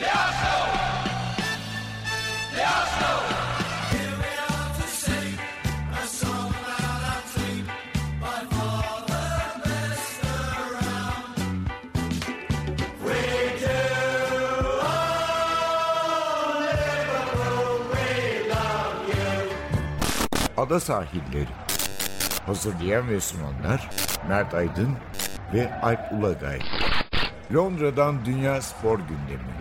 Ada Sahilleri. Hazırlayan ve sunanlar Mert Aydın ve Alp Ulagay. Londra'dan Dünya Spor Gündemi.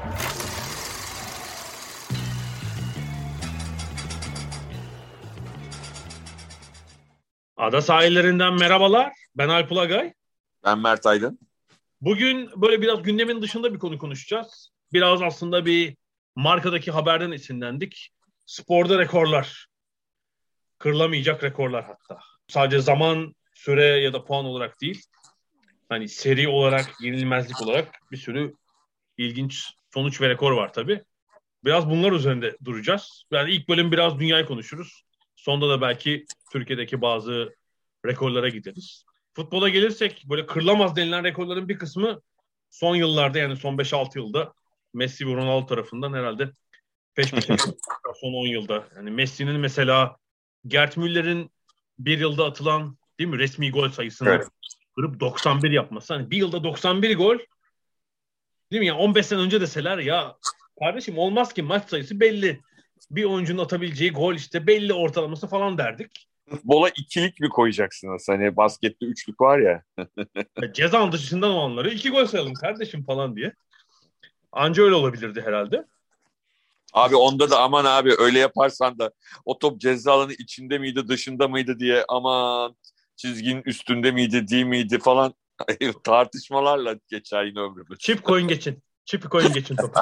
Ada sahillerinden merhabalar. Ben Alp Ulagay. Ben Mert Aydın. Bugün böyle biraz gündemin dışında bir konu konuşacağız. Biraz aslında bir markadaki haberden esinlendik. Sporda rekorlar. Kırılamayacak rekorlar hatta. Sadece zaman, süre ya da puan olarak değil. Hani seri olarak, yenilmezlik olarak bir sürü ilginç sonuç ve rekor var tabii. Biraz bunlar üzerinde duracağız. Yani ilk bölüm biraz dünyayı konuşuruz. Sonda da belki Türkiye'deki bazı rekorlara gideriz. Futbola gelirsek böyle kırılamaz denilen rekorların bir kısmı son yıllarda, yani son 5-6 yılda Messi ve Ronaldo tarafından herhalde peş peşe son 10 yılda. Yani Messi'nin mesela Gerd Müller'in bir yılda atılan değil mi resmi gol sayısını kırıp 91 yapması. Hani bir yılda 91 gol değil mi? Yani 15 sene önce deseler ya kardeşim olmaz ki, maç sayısı belli. Bir oyuncunun atabileceği gol işte belli ortalaması falan derdik. Futbola ikilik mi koyacaksınız? Hani baskette üçlük var ya. Ceza dışından olanları 2 gol sayalım kardeşim falan diye. Anca öyle olabilirdi herhalde. Abi onda da aman abi öyle yaparsan da o top ceza alanı içinde miydi dışında mıydı diye aman çizginin üstünde miydi değil miydi falan tartışmalarla geçer yine ömrümüz. Çip koyun geçin. Çipi koyun geçin topu.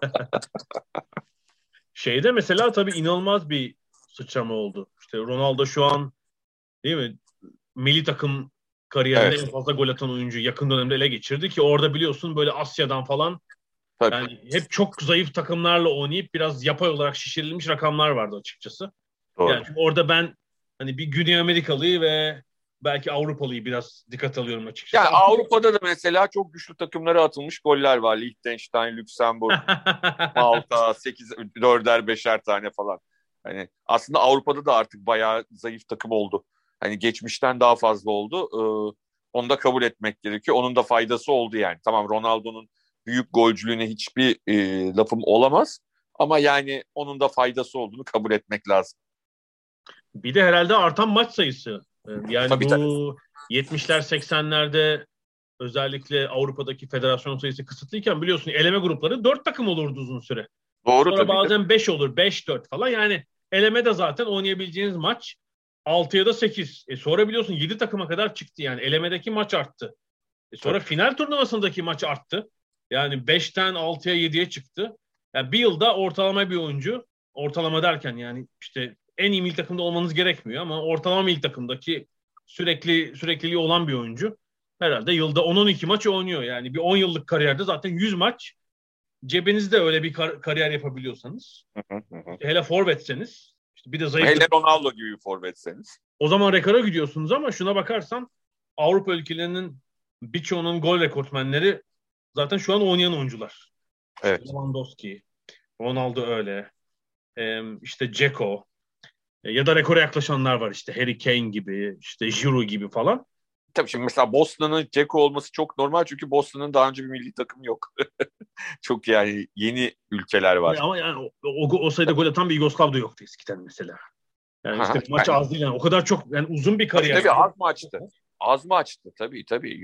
Şeyde mesela tabii inanılmaz bir sıçrama oldu. İşte Ronaldo şu an değil mi milli takım kariyerinde en fazla gol atan oyuncu yakın dönemde ele geçirdi ki orada biliyorsun böyle Asya'dan falan yani hep çok zayıf takımlarla oynayıp biraz yapay olarak şişirilmiş rakamlar vardı açıkçası. Doğru. Yani orada ben hani bir Güney Amerikalıyı ve belki Avrupalıyı biraz dikkat alıyorum açıkçası. Yani Avrupa'da da mesela çok güçlü takımlara atılmış goller var. Liechtenstein, Lüksemburg, Malta, 8 4'er 5'er tane falan. Hani aslında Avrupa'da da artık bayağı zayıf takım oldu. Hani geçmişten daha fazla oldu. Onu da kabul etmek gerekiyor. Onun da faydası oldu yani. Tamam, Ronaldo'nun büyük golcülüğüne hiçbir lafım olamaz. Ama yani onun da faydası olduğunu kabul etmek lazım. Bir de herhalde artan maç sayısı. Yani Tabii, bu 70'ler 80'lerde özellikle Avrupa'daki federasyon sayısı kısıtlıyken biliyorsun eleme grupları 4 takım olurdu uzun süre. Doğru. Sonra bazen 5 olur, 5-4 falan. Yani eleme de zaten oynayabileceğiniz maç 6 ya da 8. Sonra biliyorsun 7 takıma kadar çıktı yani. Elemedeki maç arttı. Sonra final turnuvasındaki maç arttı. Yani 5'ten 6'ya 7'ye çıktı. Yani bir yılda ortalama bir oyuncu, ortalama derken yani işte en iyi milli takımda olmanız gerekmiyor ama ortalama milli takımdaki sürekliliği olan bir oyuncu herhalde yılda 10-12 maç oynuyor. Yani bir 10 yıllık kariyerde zaten 100 maç, cebinizde öyle bir kariyer yapabiliyorsanız, hele forvetseniz, işte bir de zayıf. Hele Ronaldo gibi bir forvetseniz. O zaman rekora gidiyorsunuz ama şuna bakarsan Avrupa ülkelerinin birçoğunun gol rekortmenleri zaten şu an oynayan oyuncular. Evet. Lewandowski, Ronaldo öyle. İşte Dzeko. Ya da rekora yaklaşanlar var işte Harry Kane gibi, işte Giroud gibi falan. Tabii şimdi mesela Bosna'nın Dzeko olması çok normal çünkü Bosna'nın daha önce bir milli takım yok. Çok yani yeni ülkeler var. Ama yani o sayıda gol atan bir Yugoslav da yoktu eskiden mesela. Yani işte maç az değil yani. O kadar çok yani uzun bir kariyer. Tabii az maçtı. Az maçtı tabii.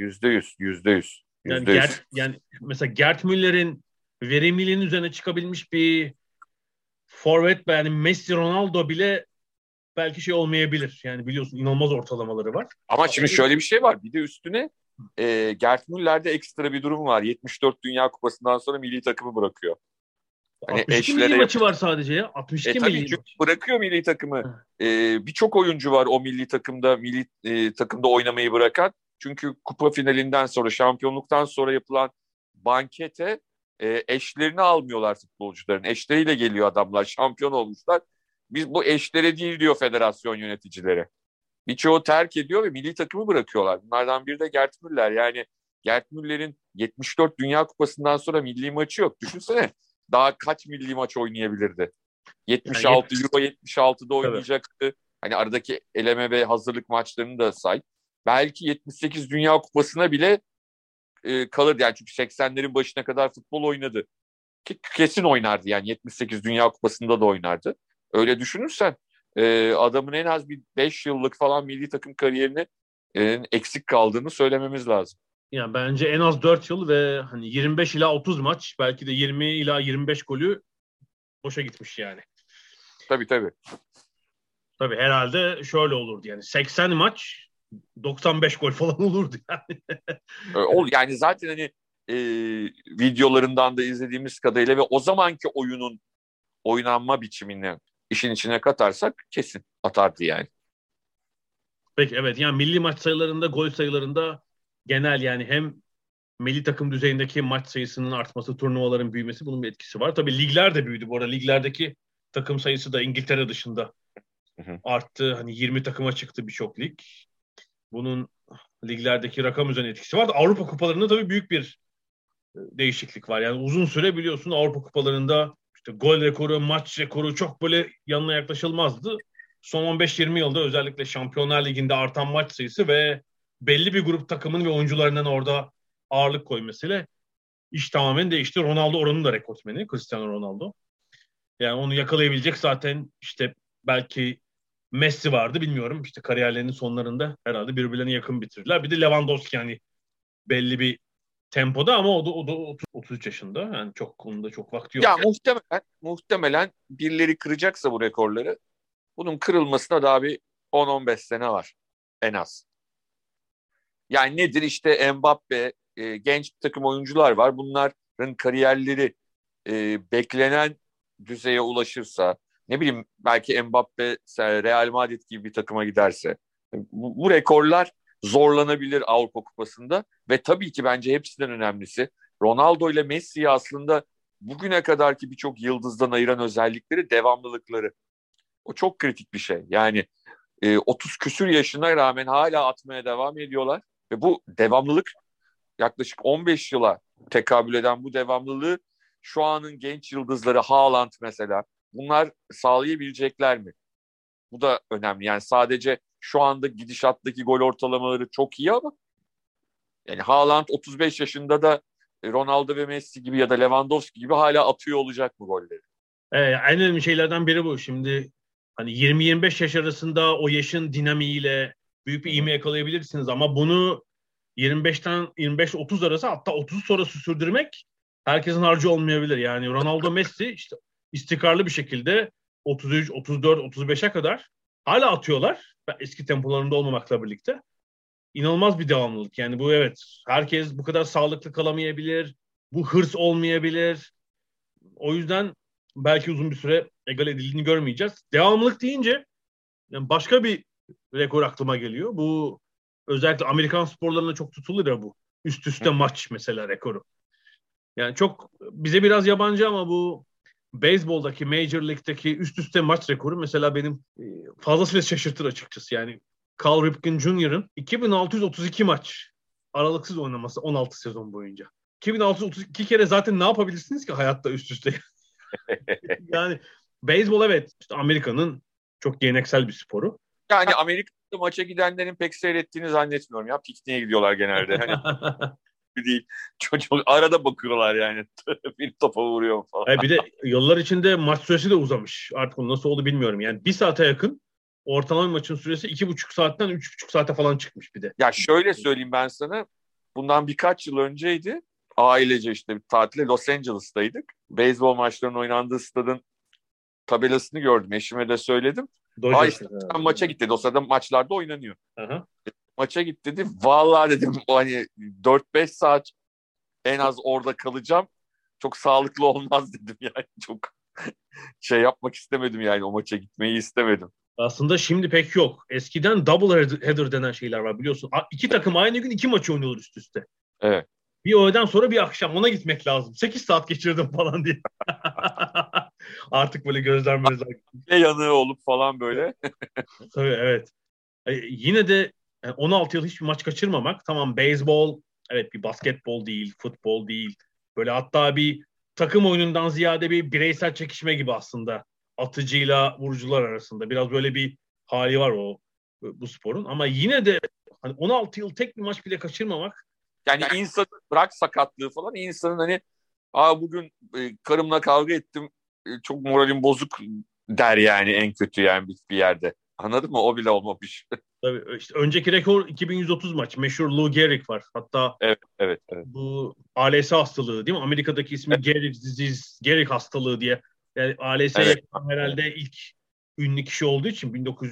%100. Yani mesela Gerd Müller'in verimliliğinin üzerine çıkabilmiş bir forvet, yani Messi, Ronaldo bile belki şey olmayabilir. Yani biliyorsun inanılmaz ortalamaları var. Ama şimdi şöyle bir şey var. Bir de üstüne Gerd Müller'de ekstra bir durum var. 74 Dünya Kupası'ndan sonra milli takımı bırakıyor. Hani 62 milli maçı var sadece ya. 62 tabii milli çünkü maçı. bırakıyor milli takımı. Birçok oyuncu var o milli takımda oynamayı bırakan. Çünkü kupa finalinden sonra, şampiyonluktan sonra yapılan bankete eşlerini almıyorlar futbolcuların. Eşleriyle geliyor adamlar, şampiyon olmuşlar. Biz bu eşlere değil diyor federasyon yöneticileri. Birçoğu terk ediyor ve milli takımı bırakıyorlar. Bunlardan biri de Gerd Müller. Yani Gerd Müller'in 74 Dünya Kupası'ndan sonra milli maçı yok. Düşünsene daha kaç milli maç oynayabilirdi? 76 Euro 76'da oynayacaktı. Hani aradaki eleme ve hazırlık maçlarını da say. Belki 78 Dünya Kupası'na bile kalırdı. Yani çünkü 80'lerin başına kadar futbol oynadı. Kesin oynardı yani 78 Dünya Kupası'nda da oynardı. Öyle düşünürsen adamın en az bir 5 yıllık falan milli takım kariyerini eksik kaldığını söylememiz lazım. Yani bence en az 4 yıl ve hani 25 ila 30 maç, belki de 20 ila 25 golü boşa gitmiş yani. Tabii. Tabii herhalde şöyle olurdu yani 80 maç 95 gol falan olurdu yani. Yani zaten hani videolarından da izlediğimiz kadarıyla ve o zamanki oyunun oynanma biçimini işin içine katarsak kesin atardı yani. Peki evet, yani milli maç sayılarında, gol sayılarında genel yani hem milli takım düzeyindeki maç sayısının artması, turnuvaların büyümesi, bunun bir etkisi var. Tabii ligler de büyüdü. Bu arada liglerdeki takım sayısı da İngiltere dışında arttı. Hani 20 takıma çıktı birçok lig. Bunun liglerdeki rakam üzerine etkisi var. Avrupa kupalarında tabii büyük bir değişiklik var. Yani uzun süre biliyorsun Avrupa kupalarında işte gol rekoru, maç rekoru çok böyle yanına yaklaşılmazdı. Son 15-20 yılda özellikle Şampiyonlar Ligi'nde artan maç sayısı ve belli bir grup takımın ve oyuncularının orada ağırlık koymasıyla iş tamamen değişti. Ronaldo oranın da rekortmeni, Cristiano Ronaldo. Yani onu yakalayabilecek zaten işte belki Messi vardı, bilmiyorum. İşte kariyerlerinin sonlarında herhalde birbirlerine yakın bitirdiler. Bir de Lewandowski, yani belli bir tempoda ama o da 33 yaşında. Yani çok konuda çok vakti yok. Ya muhtemelen birileri kıracaksa bu rekorları, bunun kırılmasına daha bir 10-15 sene var en az. Yani nedir işte Mbappe, genç bir takım oyuncular var. Bunların kariyerleri beklenen düzeye ulaşırsa, ne bileyim belki Mbappe Real Madrid gibi bir takıma giderse bu rekorlar zorlanabilir Avrupa Kupası'nda ve tabii ki bence hepsinden önemlisi Ronaldo ile Messi'yi aslında bugüne kadarki birçok yıldızdan ayıran özellikleri devamlılıkları. O çok kritik bir şey. Yani 30 küsür yaşına rağmen hala atmaya devam ediyorlar ve bu devamlılık yaklaşık 15 yıla tekabül eden bu devamlılığı şu anın genç yıldızları Haaland mesela, bunlar sağlayabilecekler mi? Bu da önemli. Yani sadece şu anda gidişattaki gol ortalamaları çok iyi ama yani Haaland 35 yaşında da Ronaldo ve Messi gibi ya da Lewandowski gibi hala atıyor olacak mı golleri? En önemli şeylerden biri bu. Şimdi hani 20-25 yaş arasında o yaşın dinamiğiyle büyük bir ivme yakalayabilirsiniz ama bunu 25'ten 25-30 arası, hatta 30 sonrası sürdürmek herkesin harcı olmayabilir. Yani Ronaldo, Messi işte istikrarlı bir şekilde 33, 34, 35'e kadar hala atıyorlar. Eski tempolarında olmamakla birlikte. İnanılmaz bir devamlılık. Yani bu, evet, herkes bu kadar sağlıklı kalamayabilir. Bu hırs olmayabilir. O yüzden belki uzun bir süre egal edildiğini görmeyeceğiz. Devamlılık deyince yani başka bir rekor aklıma geliyor. Bu özellikle Amerikan sporlarında çok tutulur ya bu. Üst üste maç mesela rekoru. Yani çok bize biraz yabancı ama bu beyzboldaki, Major League'deki üst üste maç rekoru mesela benim fazlasıyla şaşırtır açıkçası. Yani Cal Ripken Jr.'ın 2632 maç aralıksız oynaması 16 sezon boyunca. 2632 kere zaten ne yapabilirsiniz ki hayatta üst üste? Yani beyzbol, evet, işte Amerika'nın çok geleneksel bir sporu. Yani Amerika'da maça gidenlerin pek seyrettiğini zannetmiyorum ya. Pikniğe gidiyorlar genelde. Hani değil. Çocuk arada bakıyorlar yani. Bir topa vuruyor falan. Bir de yıllar içinde maç süresi de uzamış. Artık o nasıl oldu bilmiyorum. Yani bir saate yakın ortalama maçın süresi 2,5 saatten 3,5 saate falan çıkmış bir de. Ya şöyle söyleyeyim ben sana. Bundan birkaç yıl önceydi. Ailece işte bir tatile Los Angeles'taydık. Beyzbol maçlarının oynandığı stadın tabelasını gördüm. Eşime de söyledim. İşte maça git dedi. O sırada maçlarda oynanıyor. Aha. Maça git dedi. Vallahi dedim hani 4-5 saat en az orada kalacağım. Çok sağlıklı olmaz dedim yani. Çok şey yapmak istemedim yani, o maça gitmeyi istemedim. Aslında şimdi pek yok. Eskiden double header denen şeyler var biliyorsun. İki takım aynı gün 2 maç oynuyorlar üst üste. Evet. Bir öğleden sonra bir akşam ona gitmek lazım. 8 saat geçirdim falan diye. Artık böyle gözler yanığı olup falan böyle. Tabii, evet. Yine de 16 yıl hiçbir maç kaçırmamak. Tamam, beyzbol Evet, bir basketbol değil, futbol değil. Böyle hatta bir takım oyunundan ziyade bir bireysel çekişme gibi aslında. Atıcıyla vurucular arasında. Biraz böyle bir hali var bu sporun. Ama yine de hani 16 yıl tek bir maç bile kaçırmamak. Yani insan bırak sakatlığı falan, insanın hani bugün karımla kavga ettim, çok moralim bozuk der yani, en kötü yani bir yerde. Anladın mı? O bile olmamış. Tabii işte önceki rekor 2130 maç. Meşhur Lou Gehrig var. Hatta Evet, evet, evet. bu ALS hastalığı değil mi? Amerika'daki ismi Gehrig disease, Gehrig hastalığı diye. Yani ALS'ye Evet. herhalde ilk ünlü kişi olduğu için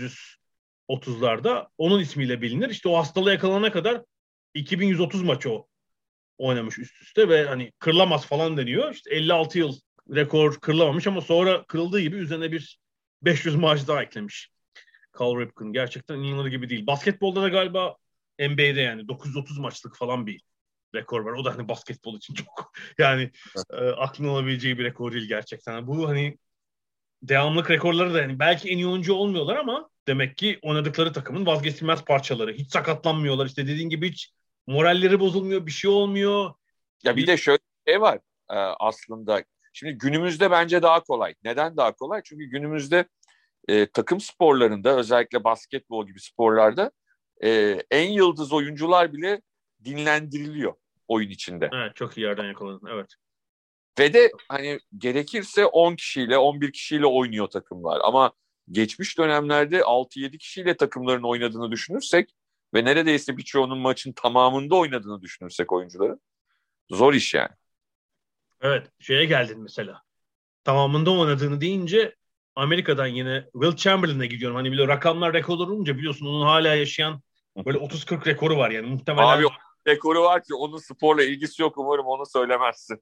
1930'larda onun ismiyle bilinir. İşte o hastalığa yakalanana kadar 2130 maç o oynamış üst üste ve hani kırılamaz falan deniyor. İşte 56 yıl rekor kırılamamış ama sonra kırıldığı gibi üzerine bir 500 maç daha eklemiş. Cal Ripken gerçekten inanılır gibi değil. Basketbolda da galiba NBA'de yani 930 maçlık falan bir rekor var. O da hani basketbol için çok yani aklın alabileceği bir rekor değil gerçekten. Bu hani devamlık rekorları da yani belki en iyi oyuncu olmuyorlar ama demek ki oynadıkları takımın vazgeçilmez parçaları. Hiç sakatlanmıyorlar. İşte dediğin gibi hiç moralleri bozulmuyor, bir şey olmuyor. Ya bir de şöyle bir şey var aslında. Şimdi günümüzde bence daha kolay. Neden daha kolay? Çünkü günümüzde takım sporlarında, özellikle basketbol gibi sporlarda en yıldız oyuncular bile dinlendiriliyor oyun içinde. Evet, çok iyi yerden yakaladın. Evet. Ve de hani gerekirse 10 kişiyle, 11 kişiyle oynuyor takımlar. Ama geçmiş dönemlerde 6-7 kişiyle takımların oynadığını düşünürsek ve neredeyse birçoğunun maçın tamamında oynadığını düşünürsek oyuncuların, zor iş yani. Evet, şeye geldin mesela. Tamamında oynadığını deyince Amerika'dan yine Will Chamberlain'e gidiyorum. Hani bile rakamlar rekorlar olunca biliyorsun onun hala yaşayan böyle 30-40 rekoru var yani Abi muhtemelen. rekoru var ki onun sporla ilgisi yok, umarım onu söylemezsin.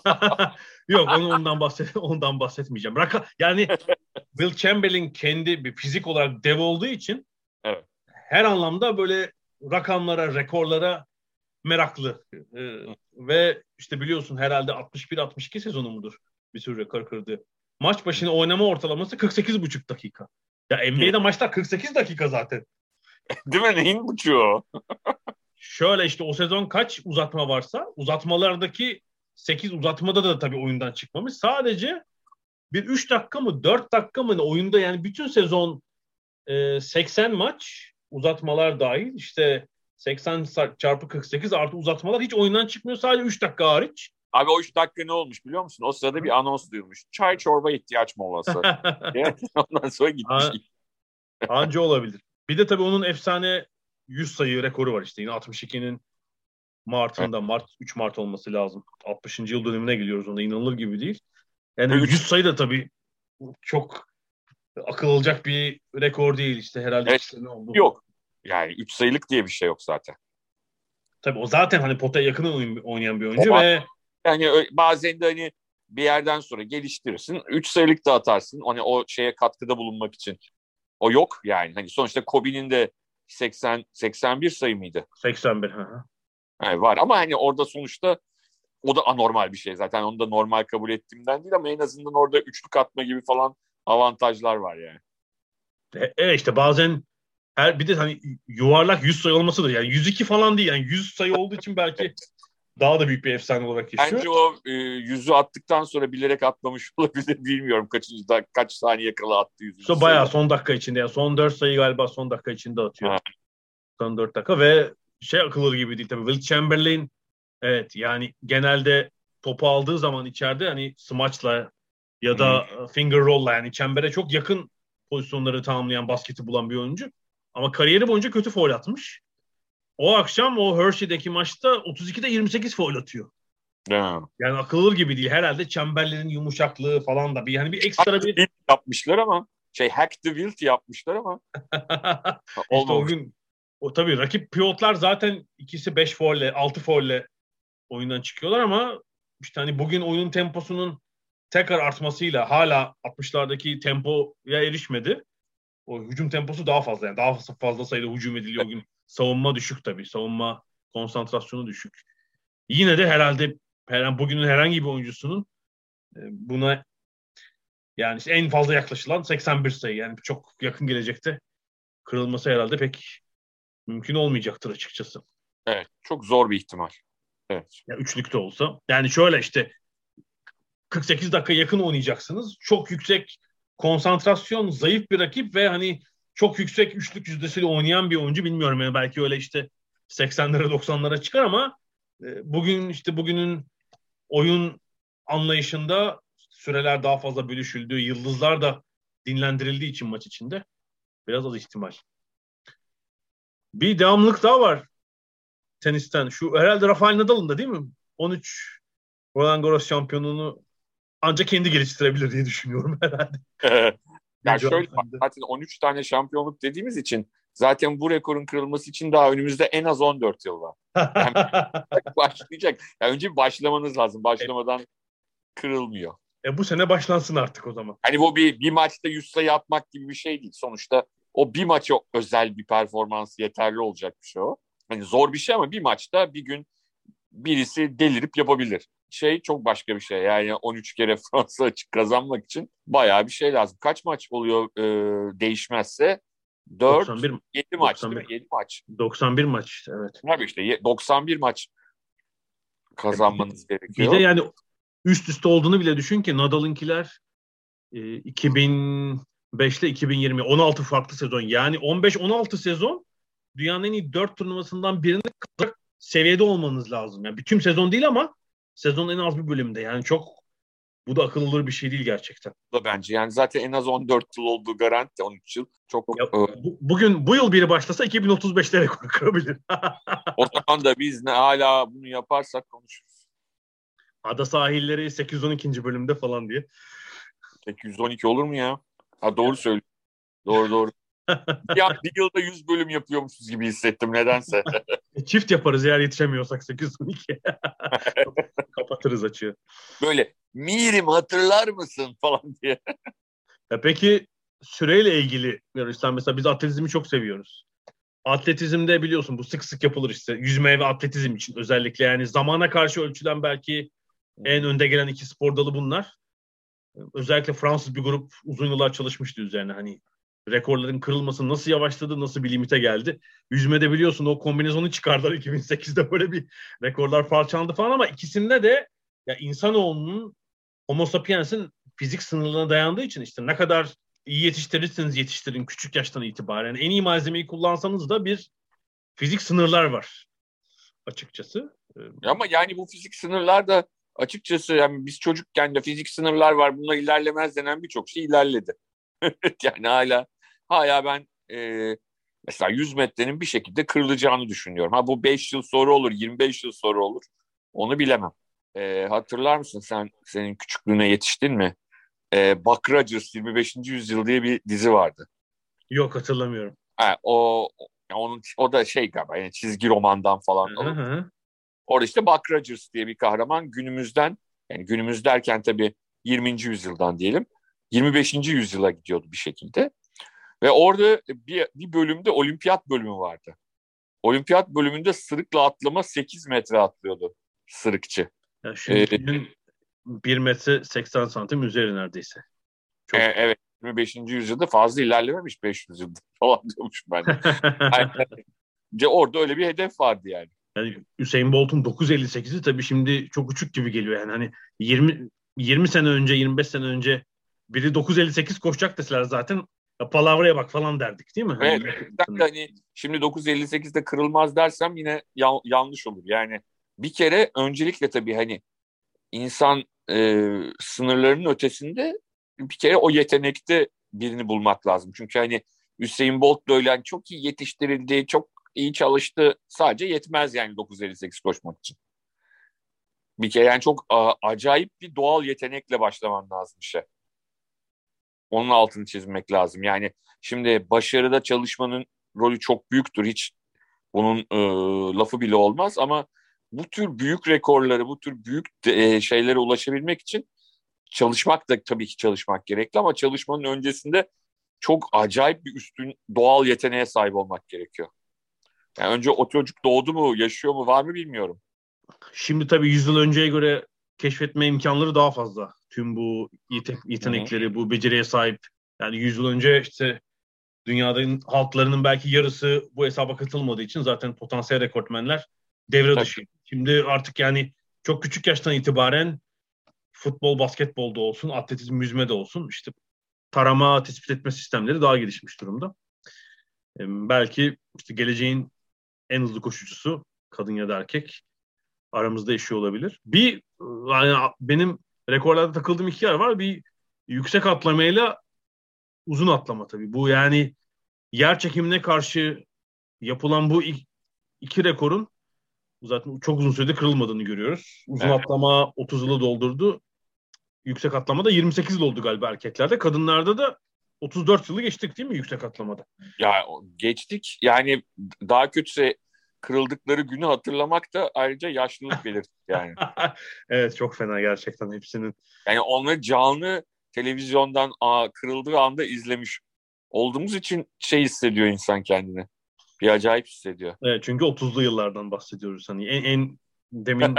Yok ondan bahsetmeyeceğim. Yani Will Chamberlain kendi bir fizik olarak dev olduğu için Evet. her anlamda böyle rakamlara, rekorlara meraklı. Ve işte biliyorsun herhalde 61-62 sezonu mudur bir sürü rekor kırdı. Maç başına oynama ortalaması 48,5 dakika. Ya NBA'de maçlar 48 dakika zaten. Değil mi? Neyin buçuğu? Şöyle işte o sezon kaç uzatma varsa uzatmalardaki 8 uzatmada da tabii oyundan çıkmamış. Sadece bir 3 dakika mı 4 dakika mı oyunda yani bütün sezon 80 maç uzatmalar dahil işte 80 çarpı 48 artı uzatmalar hiç oyundan çıkmıyor sadece 3 dakika hariç. Abi o 3 dakika ne olmuş biliyor musun? O sırada bir anons duyulmuş. Çay çorba ihtiyaç molası. Ondan sonra gitmiş. Anca olabilir. Bir de tabii onun efsane 100 sayı rekoru var işte yine 62'nin Mart 3 Mart olması lazım. 60. yıl dönümüne geliyoruz ona inanılır gibi değil. Yani 100 sayı da tabii çok akıl alacak bir rekor değil işte herhalde Evet, 2 sene oldu. yok. Yani 3 sayılık diye bir şey yok zaten. Tabii o zaten hani potaya yakın oynayan bir oyuncu ve yani bazen de hani bir yerden sonra geliştirirsin. 3 sayılık da atarsın. Hani o şeye katkıda bulunmak için. O yok yani. Hani sonuçta Kobe'nin de 81 sayı mıydı? 81. Yani var ama hani orada sonuçta o da anormal bir şey zaten. Onu da normal kabul ettiğimden değil ama en azından orada üçlük atma gibi falan avantajlar var yani. Evet işte bazen bir de hani yuvarlak 100 sayı olması da yani 102 falan değil yani 100 sayı olduğu için belki daha da büyük bir efsane olarak yaşıyor. Bence o yüzü attıktan sonra bilerek atmamış olabilir. Bilmiyorum kaç saniye kala attı yüzü. İşte bayağı son dakika içinde yani son 4 sayı galiba son dakika içinde atıyor. Ha. Son 4 dakika ve akılır gibi değil tabii. Will Chamberlain evet yani genelde topu aldığı zaman içeride hani smaçla ya da finger roll'la yani çembere çok yakın pozisyonları tamamlayan basketi bulan bir oyuncu. Ama kariyeri boyunca kötü foul atmış. O akşam o Hershey'deki maçta 32'de 28 foul atıyor. Ha. Yani akılır gibi değil. Herhalde çemberlerin yumuşaklığı falan da bir ekstra bir yapmışlar ama Hack the Wild yapmışlar ama işte o olmamış. gün tabii rakip pivotlar zaten ikisi 5 faulle 6 faulle oyundan çıkıyorlar ama işte hani bugün oyunun temposunun tekrar artmasıyla hala 60'lardaki tempoya erişmedi. O hücum temposu daha fazla yani daha fazla sayıda hücum ediliyor o gün. Savunma düşük tabii. Savunma konsantrasyonu düşük. Yine de herhalde bugünün herhangi bir oyuncusunun buna yani işte en fazla yaklaşılan 81 sayı. Yani çok yakın gelecekte kırılması herhalde pek mümkün olmayacaktır açıkçası. Evet. Çok zor bir ihtimal. Evet. Ya üçlükte olsa. Yani şöyle işte 48 dakika yakın oynayacaksınız. Çok yüksek konsantrasyon, zayıf bir rakip ve hani çok yüksek üçlük yüzdesiyle oynayan bir oyuncu bilmiyorum. Yani belki öyle işte 80'lere 90'lara çıkar ama bugünün oyun anlayışında süreler daha fazla bölüşüldü. Yıldızlar da dinlendirildiği için maç içinde biraz az ihtimal. Bir devamlılık daha var tenisten. Şu herhalde Rafael Nadal'ın da değil mi? 13 Roland Garros şampiyonluğunu ancak kendi geliştirebilir diye düşünüyorum herhalde. Ya şöyle bak, zaten 13 tane şampiyonluk dediğimiz için zaten bu rekorun kırılması için daha önümüzde en az 14 yıl var. Yani başlayacak. Yani önce bir başlamanız lazım. Başlamadan kırılmıyor. Bu sene başlansın artık o zaman. Hani bu bir maçta 100 sayı atmak gibi bir şey değil. Sonuçta o bir maça özel bir performans yeterli olacak bir şey o. Hani zor bir şey ama bir maçta bir gün birisi delirip yapabilir. Çok başka bir şey. Yani 13 kere Fransa açık kazanmak için bayağı bir şey lazım. Kaç maç oluyor değişmezse? 4, 91, 7 maç 91, değil mi? 7 maç. 91 maç işte, evet. Tabii işte 91 maç kazanmanız gerekiyor. Bir de yani üst üste olduğunu bile düşün ki Nadal'ınkiler 2005 ile 2020 16 farklı sezon. Yani 15-16 sezon dünyanın en iyi 4 turnuvasından birini kazanacak seviyede olmanız lazım. Yani tüm sezon değil ama sezonun en az bir bölümünde. Yani bu da akıl alır bir şey değil gerçekten. Bu da bence. Yani zaten en az 14 yıl olduğu garanti, 13 yıl. Çok bu yıl biri başlasa 2035'te rekor kırabilir. O zaman da biz hala bunu yaparsak konuşuruz. Ada sahilleri 812. bölümde falan diye. 812 olur mu ya? Ha, doğru söylüyorsun. Doğru. Bir yılda 100 bölüm yapıyormuşuz gibi hissettim nedense. Çift yaparız eğer yetişemiyorsak 812. Kapatırız açığı. Böyle Mirim hatırlar mısın falan diye. Peki süreyle ilgili yarışlar, mesela biz atletizmi çok seviyoruz. Atletizmde biliyorsun bu sık sık yapılır işte. Yüzme ve atletizm için özellikle, yani zamana karşı ölçülen belki en önde gelen iki spor dalı bunlar. Özellikle Fransız bir grup uzun yıllar çalışmıştı üzerine. Hani rekorların kırılması nasıl yavaşladı, nasıl bir limite geldi. Yüzmede biliyorsun o kombinezonu çıkardılar 2008'de, böyle bir rekorlar parçalandı falan, ama ikisinde de ya insanoğlunun, Homo sapiens'in fizik sınırlarına dayandığı için işte ne kadar iyi yetiştirirseniz yetiştirin küçük yaştan itibaren, en iyi malzemeyi kullansanız da bir fizik sınırlar var açıkçası. Ama yani bu fizik sınırlar da açıkçası, yani biz çocukken de fizik sınırlar var, bunlar ilerlemez denen birçok şey ilerledi. Yani hala ben mesela 100 metrenin bir şekilde kırılacağını düşünüyorum. Ha, bu 5 yıl sonra olur, 25 yıl sonra olur, onu bilemem. Hatırlar mısın, senin küçüklüğüne yetiştin mi? Buck Rogers 25. Yüzyıl diye bir dizi vardı. Yok, hatırlamıyorum. O da galiba, yani çizgi romandan falan alındı. Orada işte Buck Rogers diye bir kahraman günümüzden, yani günümüz derken tabii 20. yüzyıldan diyelim, 25. yüzyıla gidiyordu bir şekilde. Ve orada bir bölümde olimpiyat bölümü vardı. Olimpiyat bölümünde sırıkla atlama 8 metre atlıyordu sırıkçı. Ya şimdi 1 metre 80 santim üzeri neredeyse. Çok. Evet, 25. yüzyılda fazla ilerlememiş, 500 yılda falan diyormuşum ben de. Orada öyle bir hedef vardı yani. Yani Usain Bolt'un 9.58'i tabii şimdi çok uçuk gibi geliyor. Yani hani 20 sene önce, 25 sene önce biri 9.58 koşacak deseler zaten palavraya bak falan derdik, değil mi? Evet. Hani şimdi 9.58'de kırılmaz dersem yine yanlış olur. Yani bir kere öncelikle tabii hani insan sınırlarının ötesinde bir kere o yetenekte birini bulmak lazım. Çünkü hani Usain Bolt böyle hani çok iyi yetiştirildi, çok iyi çalıştı, sadece yetmez yani 9.58 koşmak için. Bir kere yani çok acayip bir doğal yetenekle başlaman lazım işe. Onun altını çizmek lazım. Yani şimdi başarıda çalışmanın rolü çok büyüktür. Hiç bunun lafı bile olmaz ama bu tür büyük rekorları, bu tür büyük şeylere ulaşabilmek için çalışmak da tabii ki çalışmak gerekli, ama çalışmanın öncesinde çok acayip bir üstün doğal yeteneğe sahip olmak gerekiyor. Yani önce o çocuk doğdu mu, yaşıyor mu, var mı bilmiyorum. Şimdi tabii 100 yıl önceye göre keşfetme imkanları daha fazla. Tüm bu yetenekleri, bu beceriye sahip. Yani 100 yıl önce işte dünyanın halklarının belki yarısı bu hesaba katılmadığı için zaten potansiyel rekortmenler devre Tabii. dışı. Şimdi artık yani çok küçük yaştan itibaren futbol, basketbolda olsun, atletizm, yüzmede olsun işte tarama, tespit etme sistemleri daha gelişmiş durumda. Belki işte geleceğin en hızlı koşucusu kadın ya da erkek aramızda eşiği olabilir. Yani benim rekorlarda takıldığım iki yer var. Bir yüksek atlamayla uzun atlama tabii. Bu yani yer çekimine karşı yapılan bu iki rekorun zaten çok uzun sürede kırılmadığını görüyoruz. Uzun Evet. atlama 30 yılı doldurdu. Yüksek atlamada 28 yıl oldu galiba erkeklerde. Kadınlarda da 34 yılı geçtik değil mi yüksek atlamada? Ya geçtik. Yani daha kötüse kırıldıkları günü hatırlamak da ayrıca yaşlılık belirtir yani. Evet, çok fena gerçekten hepsinin. Yani onları canlı televizyondan kırıldığı anda izlemiş olduğumuz için şey hissediyor insan kendini. Bir acayip hissediyor. Evet, çünkü 30'lu yıllardan bahsediyoruz. Hani demin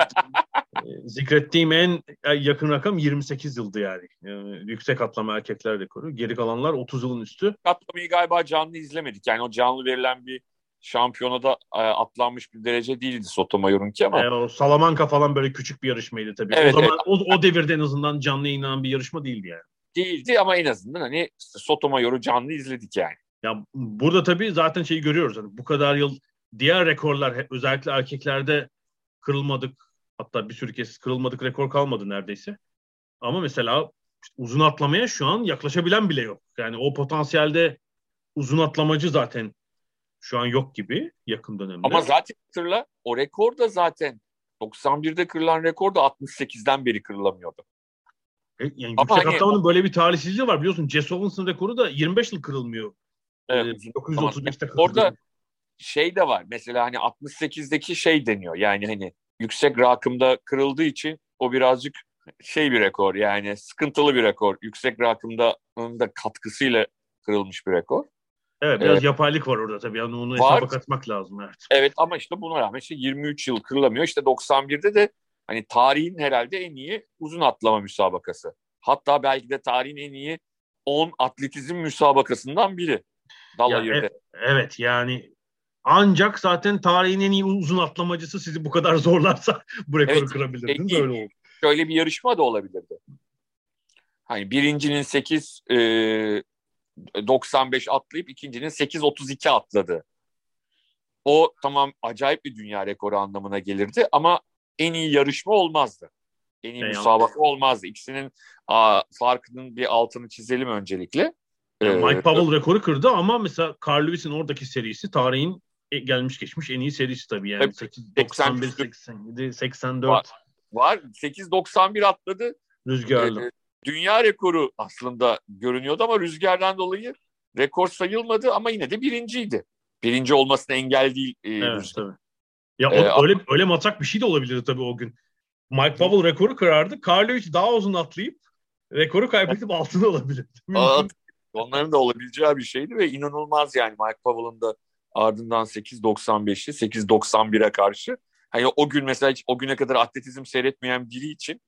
zikrettiğim en yakın rakam 28 yıldı yani. Yüksek atlama erkekler rekoru. Geri kalanlar 30 yılın üstü. Atlamayı galiba canlı izlemedik. Yani o canlı verilen bir şampiyonada atlanmış bir derece değildi Sotomayor'unki ama. O Salamanca falan böyle küçük bir yarışmaydı tabii. Evet, o zaman evet. o devirde en azından canlı yayınlanan bir yarışma değildi yani. Değildi ama en azından hani işte Sotomayor'u canlı izledik yani. Ya burada tabii zaten şeyi görüyoruz. Hani bu kadar yıl diğer rekorlar özellikle erkeklerde kırılmadık. Hatta bir sürü kez kırılmadık rekor kalmadı neredeyse. Ama mesela işte uzun atlamaya şu an yaklaşabilen bile yok. Yani o potansiyelde uzun atlamacı zaten şu an yok gibi yakın dönemde. Ama zaten hatırla o rekor da zaten 91'de kırılan rekor da 68'den beri kırılamıyordu. Yani Ama yüksek hani, atlamanın böyle bir talihsizliği var biliyorsun. Jess Owens'ın rekoru da 25 yıl kırılmıyor. evet, 1935'te kırıldı. orada şey de var. Mesela hani 68'deki şey deniyor. Yani hani yüksek rakımda kırıldığı için o birazcık şey bir rekor. Yani sıkıntılı bir rekor. Yüksek rakımda onun da katkısıyla kırılmış bir rekor. Evet, biraz yapaylık var orada tabii. Yani onu hesaba katmak lazım. Evet. Evet ama işte buna rağmen işte 23 yıl kırılamıyor. İşte 91'de de hani tarihin herhalde en iyi uzun atlama müsabakası. Hatta belki de tarihin en iyi 10 atletizm müsabakasından biri. Dalayır'da. Evet yani ancak zaten tarihin en iyi uzun atlamacısı sizi bu kadar zorlarsa bu rekoru kırabilirdiniz. Öyle oldu. Şöyle bir yarışma da olabilirdi. Hani birincinin 8.95 atlayıp ikincinin 8.32 atladı. O tamam acayip bir dünya rekoru anlamına gelirdi ama en iyi yarışma olmazdı. En iyi müsabaka olmazdı. İkisinin farkının bir altını çizelim öncelikle. Yani Mike Powell rekoru kırdı ama mesela Carl Lewis'in oradaki serisi tarihin gelmiş geçmiş en iyi serisi tabii yani. 91, 87, 84. Var. 8.91 atladı. Rüzgarlı. Dünya rekoru aslında görünüyordu ama rüzgardan dolayı rekor sayılmadı ama yine de birinciydi. Birinci olmasına engel değil. Evet tabii. Ya öyle matrak bir şey de olabilirdi tabii o gün. Mike Powell rekoru kırardı. Carl Lewis daha uzun atlayıp rekoru kaybedip altına alabilirdi. Onların da olabileceği bir şeydi ve inanılmaz yani Mike Powell'ın da ardından 8.95'i 8.91'e karşı. Hani o gün mesela hiç o güne kadar atletizm seyretmeyen biri için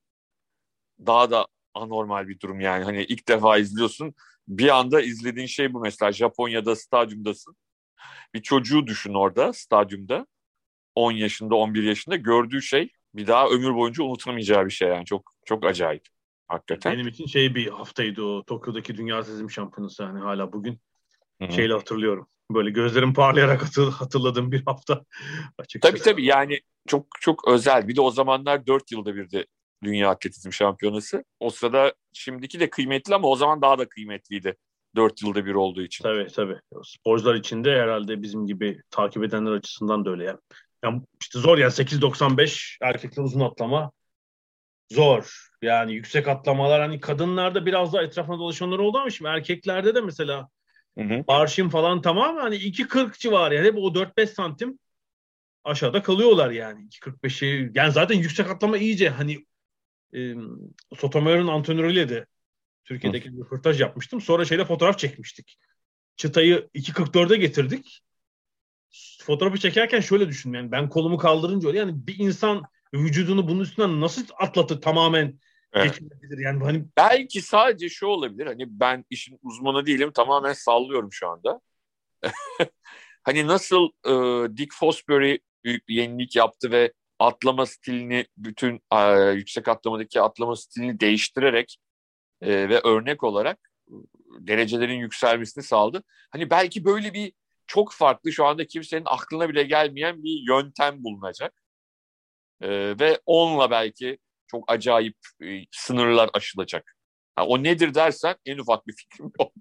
daha da anormal bir durum yani. Hani ilk defa izliyorsun. Bir anda izlediğin şey bu mesela. Japonya'da stadyumdasın. Bir çocuğu düşün orada stadyumda. 10 yaşında, 11 yaşında gördüğü şey bir daha ömür boyunca unutamayacağı bir şey yani. Çok çok acayip. Hakikaten. Benim için bir haftaydı o. Tokyo'daki Dünya Atletizm Şampiyonası yani hala bugün. Hı-hı. Şeyle hatırlıyorum. Böyle gözlerim parlayarak hatırladığım bir hafta. Açıkçası. Tabii yani çok çok özel. Bir de o zamanlar 4 yılda bir de Dünya Atletizm Şampiyonası. O sırada şimdiki de kıymetli ama o zaman daha da kıymetliydi. 4 yılda bir olduğu için. Tabii. Sporcular için de herhalde bizim gibi takip edenler açısından da öyle yani. Yani işte zor yani 8.95 erkekler uzun atlama zor. Yani yüksek atlamalar hani kadınlarda biraz daha etrafına dolaşanlar oldu ama şimdi erkeklerde de mesela arşim falan tamam hani 2.40 civarı yani hep o 4-5 santim aşağıda kalıyorlar yani 2.45'i yani zaten yüksek atlama iyice hani Sotomayor'un antrenörüyle de Türkiye'deki bir röportaj yapmıştım. Sonra fotoğraf çekmiştik. Çıtayı 2.44'e getirdik. Fotoğrafı çekerken şöyle düşün yani ben kolumu kaldırınca öyle yani bir insan vücudunu bunun üstünden nasıl atlatır tamamen geçilebilir yani hani belki sadece şu olabilir hani ben işin uzmanı değilim tamamen sallıyorum şu anda. Hani nasıl Dick Fosbury büyük bir yenilik yaptı ve atlama stilini, bütün yüksek atlamadaki atlama stilini değiştirerek ve örnek olarak derecelerin yükselmesini sağladı. Hani belki böyle bir çok farklı, şu anda kimsenin aklına bile gelmeyen bir yöntem bulunacak. Ve onunla belki çok acayip sınırlar aşılacak. Ha, o nedir dersen en ufak bir fikrim yok.